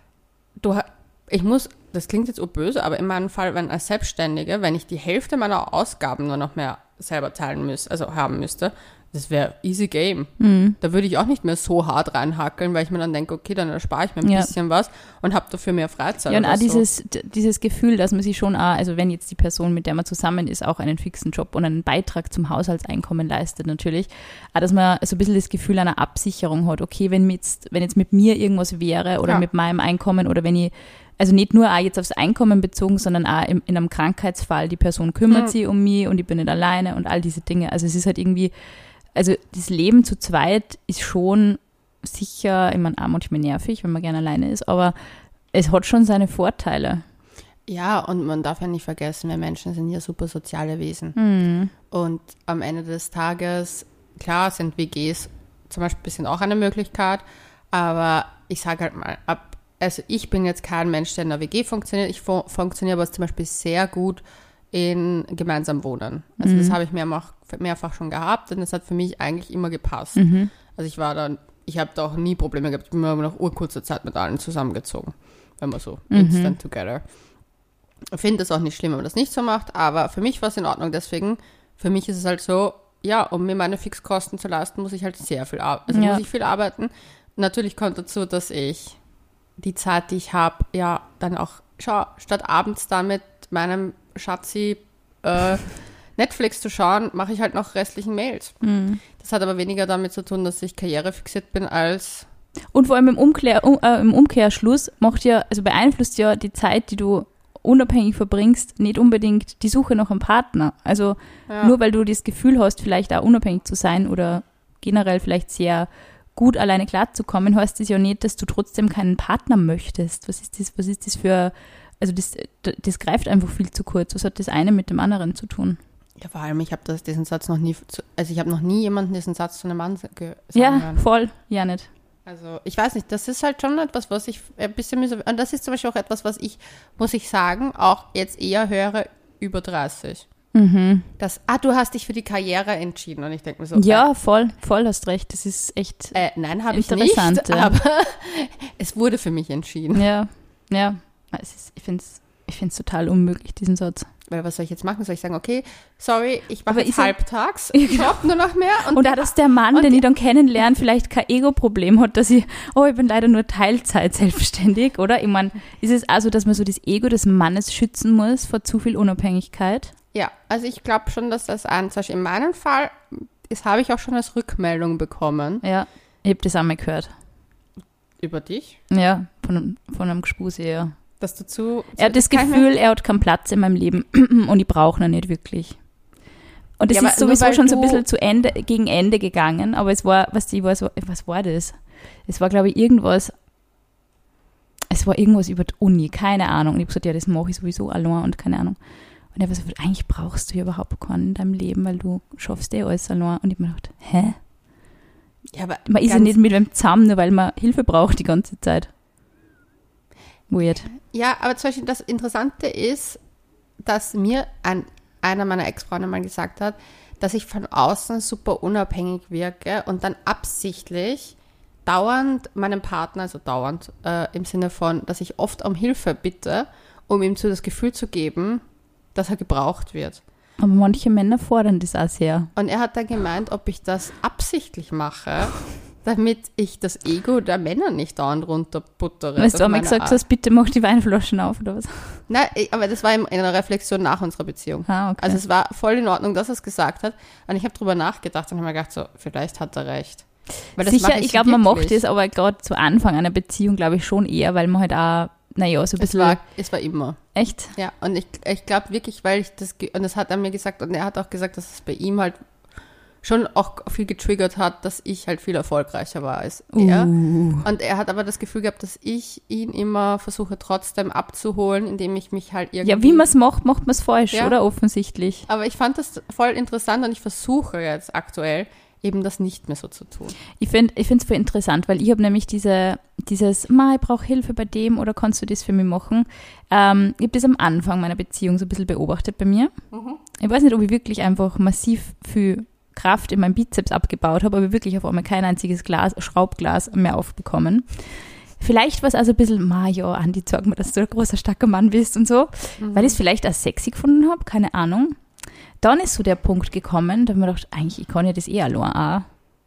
das klingt jetzt böse, aber in meinem Fall, wenn als Selbstständige, wenn ich die Hälfte meiner Ausgaben nur noch mehr selber haben müsste, das wäre easy game. Da würde ich auch nicht mehr so hart reinhackeln, weil ich mir dann denke, okay, dann erspare ich mir ein bisschen was und habe dafür mehr Freizeit. Ja, und auch dieses Gefühl, dass man sich schon auch, also wenn jetzt die Person, mit der man zusammen ist, auch einen fixen Job und einen Beitrag zum Haushaltseinkommen leistet natürlich, auch dass man so ein bisschen das Gefühl einer Absicherung hat, okay, wenn jetzt mit mir irgendwas wäre oder mit meinem Einkommen oder wenn ich, also nicht nur auch jetzt aufs Einkommen bezogen, sondern auch in einem Krankheitsfall, die Person kümmert sich um mich und ich bin nicht alleine und all diese Dinge. Also es ist halt irgendwie, also das Leben zu zweit ist schon sicher, ich meine, auch manchmal nervig, wenn man gerne alleine ist, aber es hat schon seine Vorteile. Ja, und man darf ja nicht vergessen, wir Menschen sind ja super soziale Wesen. Und am Ende des Tages, klar, sind WGs zum Beispiel ein bisschen auch eine Möglichkeit, aber ich sage halt mal, also ich bin jetzt kein Mensch, der in einer WG funktioniert. Ich funktioniere aber zum Beispiel sehr gut in gemeinsam wohnen. Also das habe ich mehrfach schon gehabt und das hat für mich eigentlich immer gepasst. Also ich habe da auch nie Probleme gehabt. Ich bin immer nach urkurzer Zeit mit allen zusammengezogen, wenn man so instant together. Ich finde das auch nicht schlimm, wenn man das nicht so macht, aber für mich war es in Ordnung. Deswegen, für mich ist es halt so, ja, um mir meine Fixkosten zu leisten, muss ich halt sehr viel arbeiten. Also muss ich viel arbeiten. Natürlich kommt dazu, dass ich die Zeit, die ich habe, ja, dann auch, statt abends dann mit meinem Schatzi Netflix zu schauen, mache ich halt noch restlichen Mails. Das hat aber weniger damit zu tun, dass ich karrierefixiert bin, als... Und vor allem im Umkehrschluss beeinflusst ja die Zeit, die du unabhängig verbringst, nicht unbedingt die Suche nach einem Partner. Also nur weil du das Gefühl hast, vielleicht auch unabhängig zu sein oder generell vielleicht sehr gut alleine klarzukommen, heißt das ja nicht, dass du trotzdem keinen Partner möchtest. Was ist das für, also das greift einfach viel zu kurz. Was hat das eine mit dem anderen zu tun? Ja, vor allem, ich habe diesen Satz noch nie, ich habe noch nie jemanden diesen Satz zu einem Mann sagen hören. Voll, ja nicht. Also ich weiß nicht, das ist halt schon etwas, was ich ein bisschen, und das ist zum Beispiel auch etwas, was ich, muss ich sagen, auch jetzt eher höre über 30. Das, du hast dich für die Karriere entschieden und ich denke mir so. Ja, voll hast recht, das ist echt nein, habe ich nicht, aber es wurde für mich entschieden. Ja, ich finde es total unmöglich, diesen Satz. Weil was soll ich jetzt machen? Soll ich sagen, okay, sorry, ich mache jetzt halbtags, ich glaube nur noch mehr. Und da dass der Mann, den ich dann kennenlerne, vielleicht kein Ego-Problem hat, dass ich bin leider nur Teilzeit selbstständig, oder? Ich meine, ist es also, dass man so das Ego des Mannes schützen muss vor zu viel Unabhängigkeit? Ja, also ich glaube schon, dass das zum Beispiel in meinem Fall, das habe ich auch schon als Rückmeldung bekommen. Ja, ich habe das einmal gehört. Über dich? Ja, von einem Gespuse, ja. Dass du er hat das Gefühl, er hat keinen Platz in meinem Leben und ich brauche ihn nicht wirklich. Und das ist sowieso schon so ein bisschen gegen Ende gegangen, aber es war, was war das? Es war, glaube ich, irgendwas über die Uni, keine Ahnung. Und ich habe gesagt, ja, das mache ich sowieso allein und keine Ahnung. Und er hat gesagt, eigentlich brauchst du ja überhaupt keinen in deinem Leben, weil du schaffst alles allein. Und ich habe mir gedacht, hä? Ja, aber man ist ja nicht mit wem zusammen, nur weil man Hilfe braucht die ganze Zeit. Weird. Ja, aber zum Beispiel das Interessante ist, dass mir einer meiner Ex-Freunde mal gesagt hat, dass ich von außen super unabhängig wirke und dann absichtlich dauernd meinem Partner, also dauernd im Sinne von, dass ich oft um Hilfe bitte, um ihm so das Gefühl zu geben, dass er gebraucht wird. Aber manche Männer fordern das auch sehr. Und er hat dann gemeint, ob ich das absichtlich mache, damit ich das Ego der Männer nicht dauernd runterbuttere. Weißt du, einmal gesagt hast, bitte mach die Weinflaschen auf, oder was? Nein, aber das war in einer Reflexion nach unserer Beziehung. Okay. Also es war voll in Ordnung, dass er es gesagt hat. Und ich habe drüber nachgedacht und habe mir gedacht, so, vielleicht hat er recht. Weil das sicher, ich glaube, man macht das, aber gerade zu Anfang einer Beziehung, glaube ich, schon eher, weil man halt auch, naja, so ein bisschen... Es war immer. Echt? Ja, und ich glaube wirklich, weil ich und das hat er mir gesagt, und er hat auch gesagt, dass es bei ihm halt schon auch viel getriggert hat, dass ich halt viel erfolgreicher war als er. Und er hat aber das Gefühl gehabt, dass ich ihn immer versuche trotzdem abzuholen, indem ich mich halt irgendwie... Ja, wie man es macht man es falsch, ja. Oder? Offensichtlich. Aber ich fand das voll interessant und ich versuche jetzt aktuell eben das nicht mehr so zu tun. Ich finde es voll interessant, weil ich habe nämlich dieses, ich brauche Hilfe bei dem oder kannst du das für mich machen? Ich habe das am Anfang meiner Beziehung so ein bisschen beobachtet bei mir. Ich weiß nicht, ob ich wirklich einfach massiv viel Kraft in meinem Bizeps abgebaut habe, aber wirklich auf einmal kein einziges Schraubglas mehr aufbekommen. Vielleicht war es also ein bisschen, Andi, sag mir, dass du ein großer, starker Mann bist und so, weil ich es vielleicht als sexy gefunden habe, keine Ahnung. Dann ist so der Punkt gekommen, da habe ich mir gedacht, eigentlich, ich kann ja das allein auch.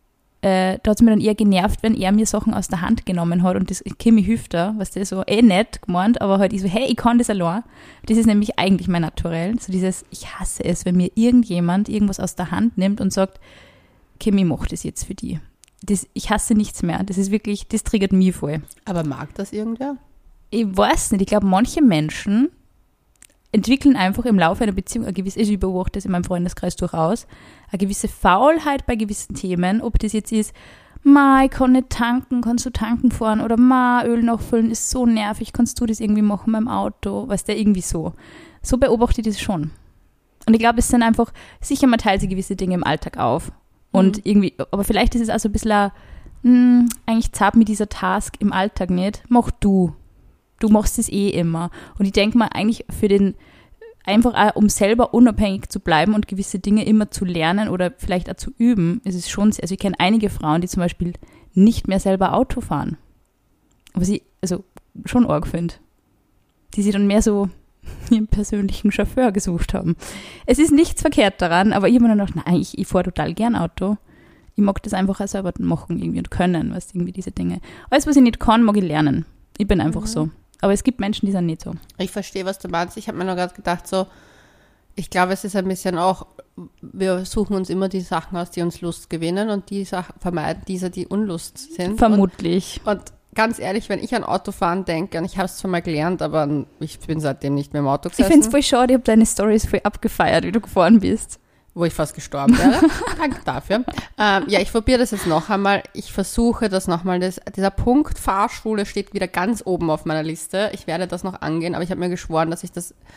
Da hat es mir dann eher genervt, wenn er mir Sachen aus der Hand genommen hat und das Kimi hilft da, was der so nett gemeint, aber halt ich so, hey, ich kann das allein. Das ist nämlich eigentlich mein Naturell. So dieses, ich hasse es, wenn mir irgendjemand irgendwas aus der Hand nimmt und sagt, Kimi, mach das jetzt für die. Ich hasse nichts mehr. Das ist wirklich, das triggert mich voll. Aber mag das irgendwer? Ich weiß nicht. Ich glaube, manche Menschen entwickeln einfach im Laufe einer Beziehung eine gewisse, ich beobachte das in meinem Freundeskreis durchaus, eine gewisse Faulheit bei gewissen Themen, ob das jetzt ist, ich kann nicht tanken, kannst du tanken fahren oder Öl nachfüllen ist so nervig, kannst du das irgendwie machen beim Auto, weißt du, irgendwie so. So beobachte ich das schon. Und ich glaube, es sind einfach, sicher man teilt sich gewisse Dinge im Alltag auf und irgendwie, aber vielleicht ist es auch so ein bisschen, eigentlich zart mit dieser Task im Alltag nicht, mach du. Du machst es immer. Und ich denke mal, eigentlich einfach auch, um selber unabhängig zu bleiben und gewisse Dinge immer zu lernen oder vielleicht auch zu üben, ist es schon, also ich kenne einige Frauen, die zum Beispiel nicht mehr selber Auto fahren. Was ich also schon arg finde. Die sich dann mehr so ihren persönlichen Chauffeur gesucht haben. Es ist nichts verkehrt daran, aber ich habe mir dann gedacht, nein, ich fahre total gern Auto. Ich mag das einfach auch selber machen irgendwie und können, was irgendwie diese Dinge. Alles, was ich nicht kann, mag ich lernen. Ich bin einfach so. Aber es gibt Menschen, die sind nicht so. Ich verstehe, was du meinst. Ich habe mir nur gerade gedacht, so, ich glaube, es ist ein bisschen auch, wir suchen uns immer die Sachen aus, die uns Lust gewinnen und die Sachen vermeiden, die Unlust sind. Vermutlich. Und ganz ehrlich, wenn ich an Autofahren denke, und ich habe es zwar mal gelernt, aber ich bin seitdem nicht mehr im Auto gesessen. Ich finde es voll schade, ich habe deine Storys voll abgefeiert, wie du gefahren bist. Wo ich fast gestorben wäre. Danke dafür. Ja, ich probiere das jetzt noch einmal. Ich versuche das nochmal. Dieser Punkt Fahrschule steht wieder ganz oben auf meiner Liste. Ich werde das noch angehen, aber ich habe mir geschworen, dass ich das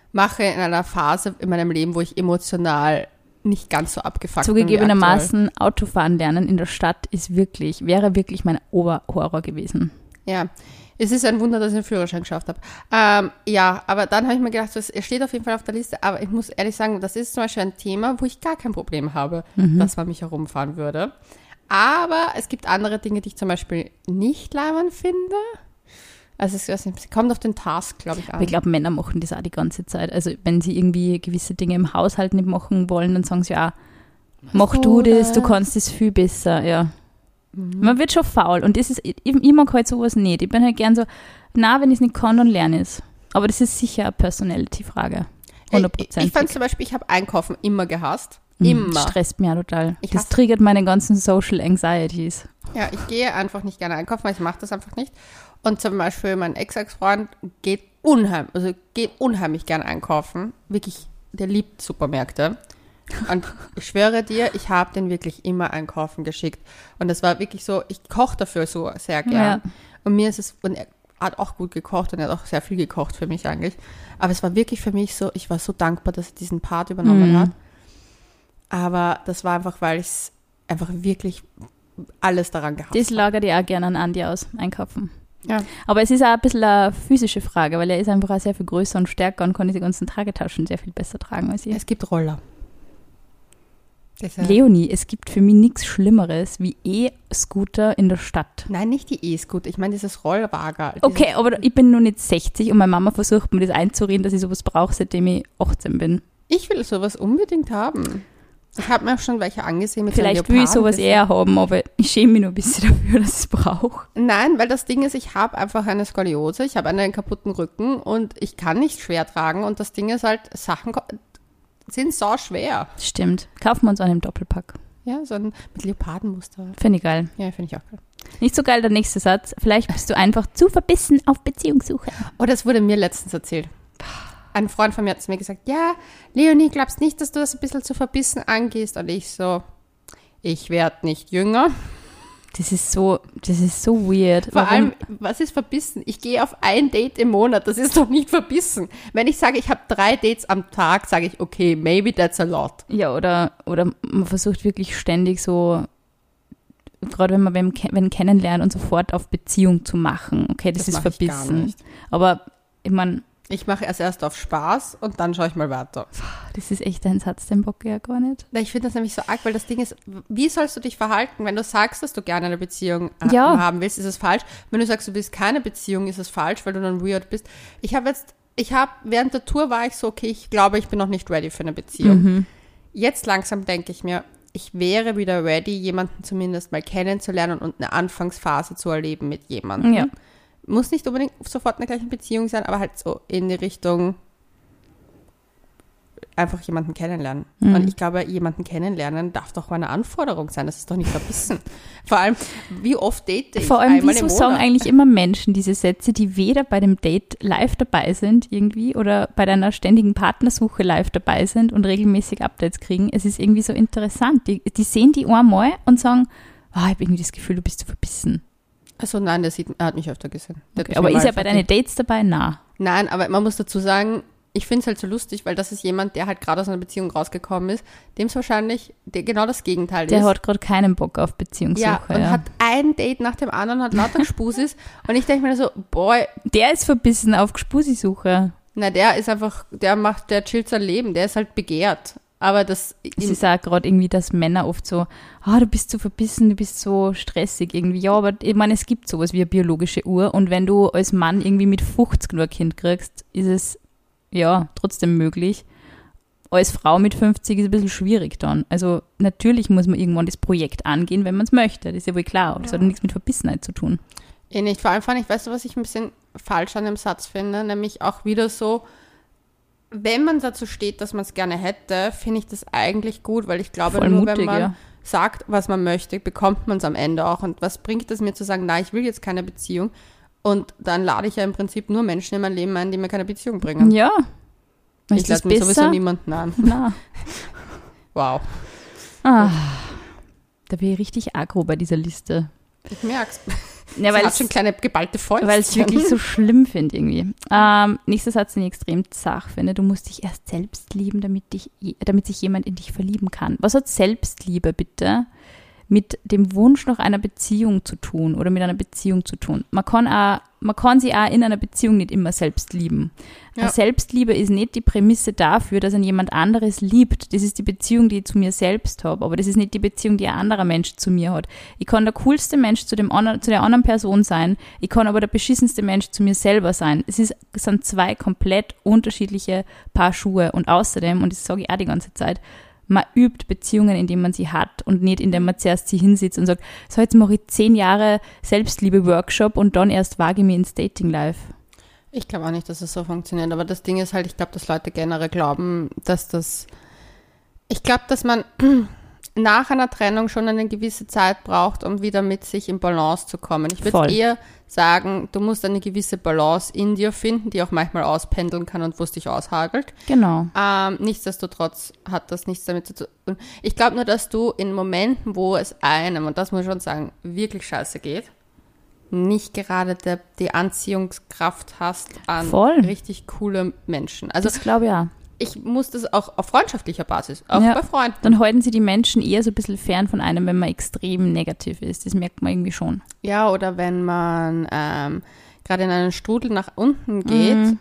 mache in einer Phase in meinem Leben, wo ich emotional nicht ganz so abgefuckt bin. Zugegebenermaßen, Autofahren lernen in der Stadt wäre wirklich mein Oberhorror gewesen. Ja, es ist ein Wunder, dass ich einen Führerschein geschafft habe. Ja, aber dann habe ich mir gedacht, es steht auf jeden Fall auf der Liste, aber ich muss ehrlich sagen, das ist zum Beispiel ein Thema, wo ich gar kein Problem habe, dass man mich herumfahren würde. Aber es gibt andere Dinge, die ich zum Beispiel nicht leibend finde. Also es kommt auf den Task, glaube ich, an. Aber ich glaube, Männer machen das auch die ganze Zeit. Also wenn sie irgendwie gewisse Dinge im Haushalt nicht machen wollen, dann sagen sie, ja, mach du das, du kannst das viel besser, ja. Man wird schon faul und das ist, ich mag halt sowas nicht. Ich bin halt gern so, wenn ich es nicht kann, dann lerne ich es. Aber das ist sicher eine Personality-Frage. 100%. Ich fand zum Beispiel, ich habe Einkaufen immer gehasst. Immer. Das stresst mich auch total. Das triggert meine ganzen Social Anxieties. Ja, ich gehe einfach nicht gerne einkaufen, weil ich mache das einfach nicht. Und zum Beispiel mein Ex-Freund geht unheimlich gerne einkaufen. Wirklich, der liebt Supermärkte. Und ich schwöre dir, ich habe den wirklich immer einkaufen geschickt. Und das war wirklich so, ich koche dafür so sehr gern. Ja. Und mir ist es, und er hat auch gut gekocht und er hat auch sehr viel gekocht für mich eigentlich. Aber es war wirklich für mich so, ich war so dankbar, dass er diesen Part übernommen hat. Aber das war einfach, weil ich einfach wirklich alles daran gehabt habe. Das lagert ich auch gerne an Andi aus, einkaufen. Ja. Aber es ist auch ein bisschen eine physische Frage, weil er ist einfach auch sehr viel größer und stärker und kann diese ganzen Tragetaschen sehr viel besser tragen als ich. Es gibt Roller. Leonie, es gibt für mich nichts Schlimmeres wie E-Scooter in der Stadt. Nein, nicht die E-Scooter, ich meine dieses Rollwagen. Okay, aber ich bin noch nicht 60 und meine Mama versucht mir das einzureden, dass ich sowas brauche, seitdem ich 18 bin. Ich will sowas unbedingt haben. Ich habe mir auch schon welche angesehen mit Vielleicht will ich sowas eher haben, aber ich schäme mich noch ein bisschen dafür, dass ich es brauche. Nein, weil das Ding ist, ich habe einfach eine Skoliose, ich habe einen kaputten Rücken und ich kann nicht schwer tragen und das Ding ist halt, Sachen sind so schwer. Stimmt. Kaufen wir uns einen Doppelpack. Ja, so ein mit Leopardenmuster. Finde ich geil. Ja, finde ich auch geil. Nicht so geil der nächste Satz. Vielleicht bist du einfach zu verbissen auf Beziehungssuche. Oh, das wurde mir letztens erzählt. Ein Freund von mir hat zu mir gesagt, ja, Leonie, glaubst nicht, dass du das ein bisschen zu verbissen angehst? Und ich so, ich werde nicht jünger. Das ist so weird. Vor allem, was ist verbissen? Ich gehe auf ein Date im Monat, das ist doch nicht verbissen. Wenn ich sage, ich habe 3 Dates am Tag, sage ich, okay, maybe that's a lot. Ja, oder man versucht wirklich ständig so, gerade wenn man wenn kennenlernt und sofort auf Beziehung zu machen. Okay, das ist verbissen. Aber ich meine, ich mache erst auf Spaß und dann schaue ich mal weiter. Das ist echt ein Satz, den Bock ja gar nicht. Ich finde das nämlich so arg, weil das Ding ist, wie sollst du dich verhalten, wenn du sagst, dass du gerne eine Beziehung haben willst, ist es falsch. Wenn du sagst, du willst keine Beziehung, ist es falsch, weil du dann weird bist. Während der Tour war ich so, okay, ich glaube, ich bin noch nicht ready für eine Beziehung. Jetzt langsam denke ich mir, ich wäre wieder ready, jemanden zumindest mal kennenzulernen und eine Anfangsphase zu erleben mit jemandem. Ja. Muss nicht unbedingt sofort eine gleiche Beziehung sein, aber halt so in die Richtung einfach jemanden kennenlernen. Und ich glaube, jemanden kennenlernen darf doch mal eine Anforderung sein. Das ist doch nicht verbissen. Vor allem, wie oft date ich Vor allem, einmal wieso im Monat? sagen eigentlich immer Menschen diese Sätze, die weder bei dem Date live dabei sind irgendwie oder bei deiner ständigen Partnersuche live dabei sind und regelmäßig Updates kriegen. Es ist irgendwie so interessant. Die sehen die einmal und sagen, ich habe irgendwie das Gefühl, du bist zu verbissen. Also nein, er hat mich öfter gesehen. Okay, aber ist er bei deinen Dates dabei? Nein, aber man muss dazu sagen, ich finde es halt so lustig, weil das ist jemand, der halt gerade aus einer Beziehung rausgekommen ist, dem es wahrscheinlich genau das Gegenteil ist. Der hat gerade keinen Bock auf Beziehungssuche. Ja, und hat ein Date nach dem anderen, hat lauter Gespusis und ich denke mir so, boy. Der ist verbissen auf Gespusi-Suche. Na, der ist einfach, der chillt sein Leben, der ist halt begehrt. Aber es ist auch gerade irgendwie, dass Männer oft so, du bist so verbissen, du bist so stressig irgendwie. Ja, aber ich meine, es gibt sowas wie eine biologische Uhr und wenn du als Mann irgendwie mit 50 nur ein Kind kriegst, ist es ja trotzdem möglich. Als Frau mit 50 ist es ein bisschen schwierig dann. Also natürlich muss man irgendwann das Projekt angehen, wenn man es möchte. Das ist ja wohl klar. Aber das hat nichts mit Verbissenheit zu tun. Nicht. Vor allem fand ich, weißt du, was ich ein bisschen falsch an dem Satz finde? Nämlich auch wieder so, wenn man dazu steht, dass man es gerne hätte, finde ich das eigentlich gut, weil ich glaube, voll nur mutig, wenn man sagt, was man möchte, bekommt man es am Ende auch. Und was bringt es mir zu sagen, nein, ich will jetzt keine Beziehung? Und dann lade ich ja im Prinzip nur Menschen in mein Leben ein, die mir keine Beziehung bringen. Ja. Ich lade mir sowieso niemanden an. Na. Wow. Da bin ich richtig aggro bei dieser Liste. Ich merk's. Ja, Sie hat schon kleine geballte Fäuste. Weil ich es wirklich so schlimm finde irgendwie. Nächster Satz, den ich extrem zart finde. Du musst dich erst selbst lieben, damit sich jemand in dich verlieben kann. Was hat Selbstliebe bitte mit dem Wunsch nach einer Beziehung zu tun oder mit einer Beziehung zu tun? Man kann sich auch in einer Beziehung nicht immer selbst lieben. Ja. Selbstliebe ist nicht die Prämisse dafür, dass ein jemand anderes liebt. Das ist die Beziehung, die ich zu mir selbst habe. Aber das ist nicht die Beziehung, die ein anderer Mensch zu mir hat. Ich kann der coolste Mensch zu der anderen Person sein. Ich kann aber der beschissenste Mensch zu mir selber sein. Es sind zwei komplett unterschiedliche Paar Schuhe. Und außerdem, und das sage ich auch die ganze Zeit, man übt Beziehungen, indem man sie hat und nicht, indem man zuerst sie hinsitzt und sagt, so jetzt mache ich 10 Jahre Selbstliebe-Workshop und dann erst wage ich mich ins Dating-Life. Ich glaube auch nicht, dass es so funktioniert, aber das Ding ist halt, ich glaube, dass Leute generell glauben, dass man nach einer Trennung schon eine gewisse Zeit braucht, um wieder mit sich in Balance zu kommen. Ich würde eher sagen, du musst eine gewisse Balance in dir finden, die auch manchmal auspendeln kann und wo es dich aushagelt. Genau. Nichtsdestotrotz hat das nichts damit zu tun. Ich glaube nur, dass du in Momenten, wo es einem, und das muss ich schon sagen, wirklich scheiße geht, nicht gerade die Anziehungskraft hast an richtig coole Menschen. Also, das glaube ich auch. Ich muss das auch auf freundschaftlicher Basis, auch bei Freunden. Dann halten sie die Menschen eher so ein bisschen fern von einem, wenn man extrem negativ ist. Das merkt man irgendwie schon. Ja, oder wenn man gerade in einen Strudel nach unten geht,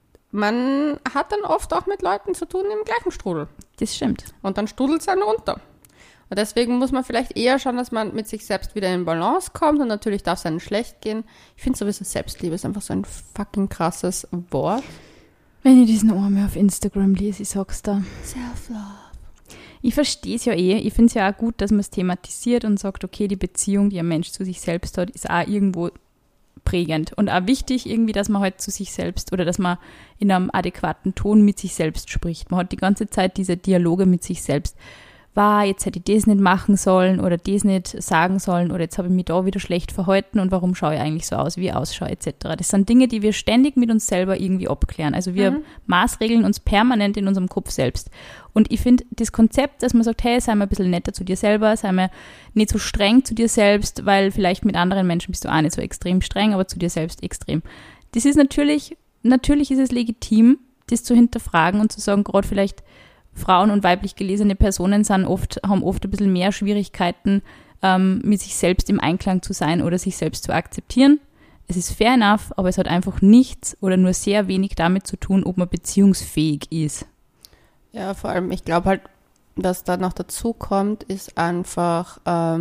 man hat dann oft auch mit Leuten zu tun im gleichen Strudel. Das stimmt. Und dann strudelt es einen runter. Und deswegen muss man vielleicht eher schauen, dass man mit sich selbst wieder in Balance kommt. Und natürlich darf es einem schlecht gehen. Ich finde sowieso, Selbstliebe ist einfach so ein fucking krasses Wort. Wenn ich diesen Arme auf Instagram lese, ich sag's da. Self-Love. Ich verstehe es ja eh. Ich finde es ja auch gut, dass man es thematisiert und sagt, okay, die Beziehung, die ein Mensch zu sich selbst hat, ist auch irgendwo prägend. Und auch wichtig irgendwie, dass man halt zu sich selbst oder dass man in einem adäquaten Ton mit sich selbst spricht. Man hat die ganze Zeit diese Dialoge mit sich selbst. Jetzt hätte ich das nicht machen sollen oder das nicht sagen sollen oder jetzt habe ich mich da wieder schlecht verhalten und warum schaue ich eigentlich so aus, wie ich ausschaue, etc. Das sind Dinge, die wir ständig mit uns selber irgendwie abklären. Also wir maßregeln uns permanent in unserem Kopf selbst. Und ich finde das Konzept, dass man sagt, hey, sei mal ein bisschen netter zu dir selber, sei mal nicht so streng zu dir selbst, weil vielleicht mit anderen Menschen bist du auch nicht so extrem streng, aber zu dir selbst extrem. Das ist natürlich ist es legitim, das zu hinterfragen und zu sagen, gerade vielleicht Frauen und weiblich gelesene Personen haben oft ein bisschen mehr Schwierigkeiten, mit sich selbst im Einklang zu sein oder sich selbst zu akzeptieren. Es ist fair enough, aber es hat einfach nichts oder nur sehr wenig damit zu tun, ob man beziehungsfähig ist. Ja, vor allem, ich glaube halt, was da noch dazu kommt, ist einfach,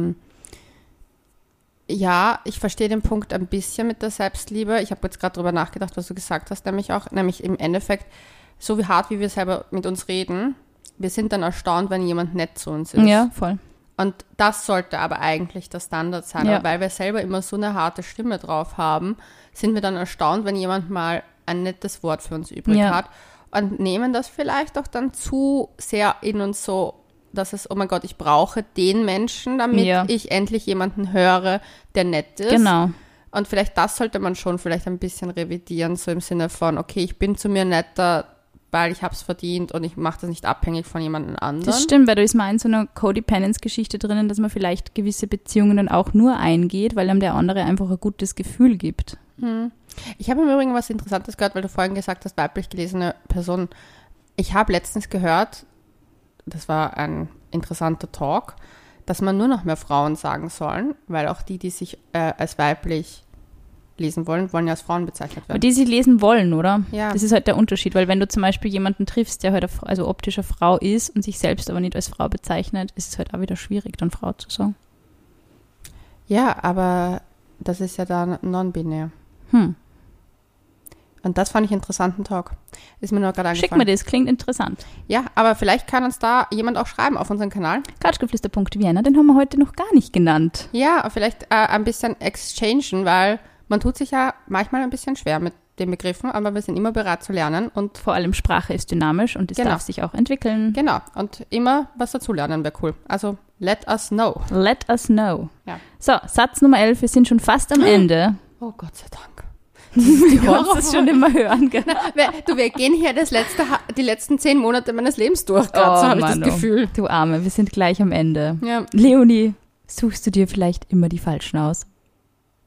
ich verstehe den Punkt ein bisschen mit der Selbstliebe. Ich habe jetzt gerade drüber nachgedacht, was du gesagt hast, nämlich im Endeffekt, so wie hart, wie wir selber mit uns reden, wir sind dann erstaunt, wenn jemand nett zu uns ist. Ja, voll. Und das sollte aber eigentlich der Standard sein. Ja. Weil wir selber immer so eine harte Stimme drauf haben, sind wir dann erstaunt, wenn jemand mal ein nettes Wort für uns übrig hat und nehmen das vielleicht auch dann zu sehr in uns so, dass es, oh mein Gott, ich brauche den Menschen, damit ich endlich jemanden höre, der nett ist. Genau. Und vielleicht das sollte man schon vielleicht ein bisschen revidieren, so im Sinne von, okay, ich bin zu mir netter, weil ich habe es verdient und ich mache das nicht abhängig von jemandem anderen. Das stimmt, weil da ist mal in so einer Codependence-Geschichte drinnen, dass man vielleicht gewisse Beziehungen dann auch nur eingeht, weil einem der andere einfach ein gutes Gefühl gibt. Ich habe im Übrigen was Interessantes gehört, weil du vorhin gesagt hast, weiblich gelesene Person. Ich habe letztens gehört, das war ein interessanter Talk, dass man nur noch mehr Frauen sagen sollen, weil auch die sich als weiblich lesen wollen ja als Frauen bezeichnet werden. Aber die sie lesen wollen, oder? Ja. Das ist halt der Unterschied, weil wenn du zum Beispiel jemanden triffst, der halt also optischer Frau ist und sich selbst aber nicht als Frau bezeichnet, ist es halt auch wieder schwierig, dann Frau zu sagen. Ja, aber das ist ja dann non-binär. Und das fand ich einen interessanten Talk. Ist mir nur gerade eingefallen. Schick mir das, klingt interessant. Ja, aber vielleicht kann uns da jemand auch schreiben auf unseren Kanal. Couchgeflüster.vienna, den haben wir heute noch gar nicht genannt. Ja, vielleicht ein bisschen exchangen, weil man tut sich ja manchmal ein bisschen schwer mit den Begriffen, aber wir sind immer bereit zu lernen. Und vor allem Sprache ist dynamisch und es darf sich auch entwickeln. Genau, und immer was dazu lernen wäre cool. Also, let us know. Let us know. Ja. So, Satz Nummer 11, wir sind schon fast am Ende. Oh Gott sei Dank. Du kannst das schon immer hören. Genau. Wir gehen hier die letzten 10 Monate meines Lebens durch, gerade so habe ich das Gefühl. Du Arme, wir sind gleich am Ende. Ja. Leonie, suchst du dir vielleicht immer die Falschen aus?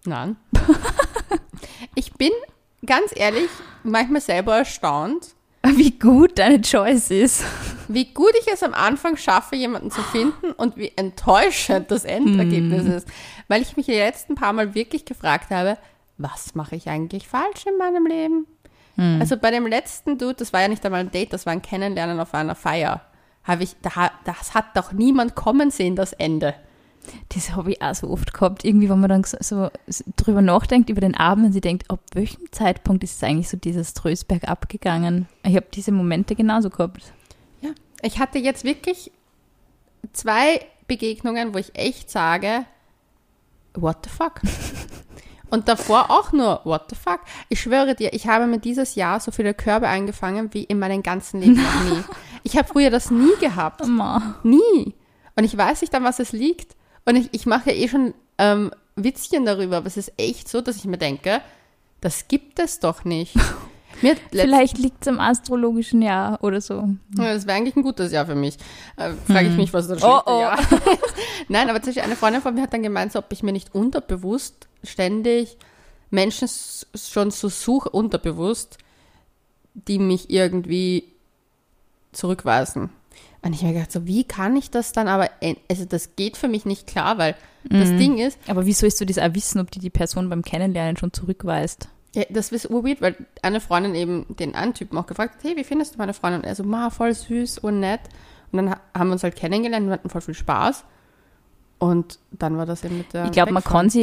Nein. Ich bin, ganz ehrlich, manchmal selber erstaunt, wie gut deine Choice ist. wie gut ich es am Anfang schaffe, jemanden zu finden und wie enttäuschend das Endergebnis ist. Weil ich mich die letzten paar Mal wirklich gefragt habe, was mache ich eigentlich falsch in meinem Leben? Also bei dem letzten Dude, das war ja nicht einmal ein Date, das war ein Kennenlernen auf einer Feier. Das hat doch niemand kommen sehen, das Ende. Das habe ich auch so oft gehabt. Irgendwie, wenn man dann so drüber nachdenkt, über den Abend und sie denkt, ab welchem Zeitpunkt ist es eigentlich so dieses Trösberg abgegangen? Ich habe diese Momente genauso gehabt. Ja, ich hatte jetzt wirklich 2 Begegnungen, wo ich echt sage, what the fuck? Und davor auch nur, what the fuck? Ich schwöre dir, ich habe mir dieses Jahr so viele Körbe eingefangen wie in meinem ganzen Leben noch nie. Ich habe früher das nie gehabt. Nie. Und ich weiß nicht, an was es liegt. Und ich mache ja schon Witzchen darüber, aber es ist echt so, dass ich mir denke, das gibt es doch nicht. Vielleicht liegt es am astrologischen Jahr oder so. Ja, das wäre eigentlich ein gutes Jahr für mich. Frage ich mich, was das schlechte Jahr ist. Nein, aber zum Beispiel eine Freundin von mir hat dann gemeint, so, ob ich mir nicht unterbewusst ständig Menschen schon so suche, unterbewusst, die mich irgendwie zurückweisen. Und ich habe mir gedacht, so, wie kann ich das dann aber, also das geht für mich nicht klar, weil das Ding ist. Aber wie sollst du das auch wissen, ob die Person beim Kennenlernen schon zurückweist? Ja, das ist weird, weil eine Freundin eben den einen Typen auch gefragt hat, hey, wie findest du meine Freundin? Und er so, voll süß und nett. Und dann haben wir uns halt kennengelernt und hatten voll viel Spaß. Und dann war das eben mit der. Ich glaube, man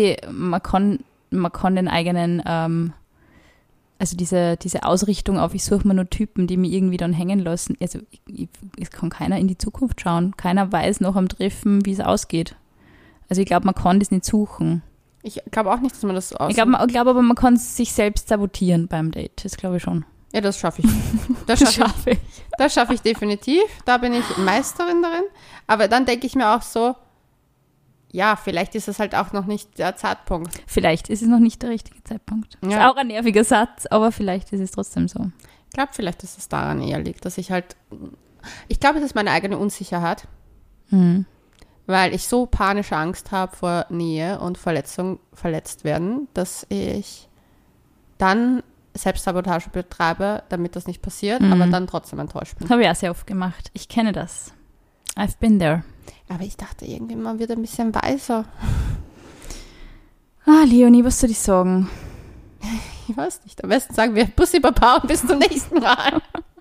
kann den eigenen, also diese Ausrichtung auf, ich suche mir nur Typen, die mich irgendwie dann hängen lassen. Also es kann keiner in die Zukunft schauen. Keiner weiß noch am Treffen, wie es ausgeht. Also ich glaube, man kann das nicht suchen. Ich glaube auch nicht, dass man das so aussieht. Ich glaube aber, man kann sich selbst sabotieren beim Date. Das glaube ich schon. Ja, das schaffe ich. Das schaffe ich definitiv. Da bin ich Meisterin darin. Aber dann denke ich mir auch so, ja, vielleicht ist es halt auch noch nicht der Zeitpunkt. Vielleicht ist es noch nicht der richtige Zeitpunkt. Ja. Ist auch ein nerviger Satz, aber vielleicht ist es trotzdem so. Ich glaube, vielleicht, dass es daran eher liegt, dass ich glaube, es ist meine eigene Unsicherheit, weil ich so panische Angst habe vor Nähe und verletzt werden, dass ich dann Selbstsabotage betreibe, damit das nicht passiert, aber dann trotzdem enttäuscht bin. Das habe ich auch sehr oft gemacht. Ich kenne das. I've been there. Aber ich dachte irgendwie, man wird ein bisschen weiser. Leonie, was soll ich sagen? Ich weiß nicht. Am besten sagen wir Bussi Baba und bis zum nächsten Mal.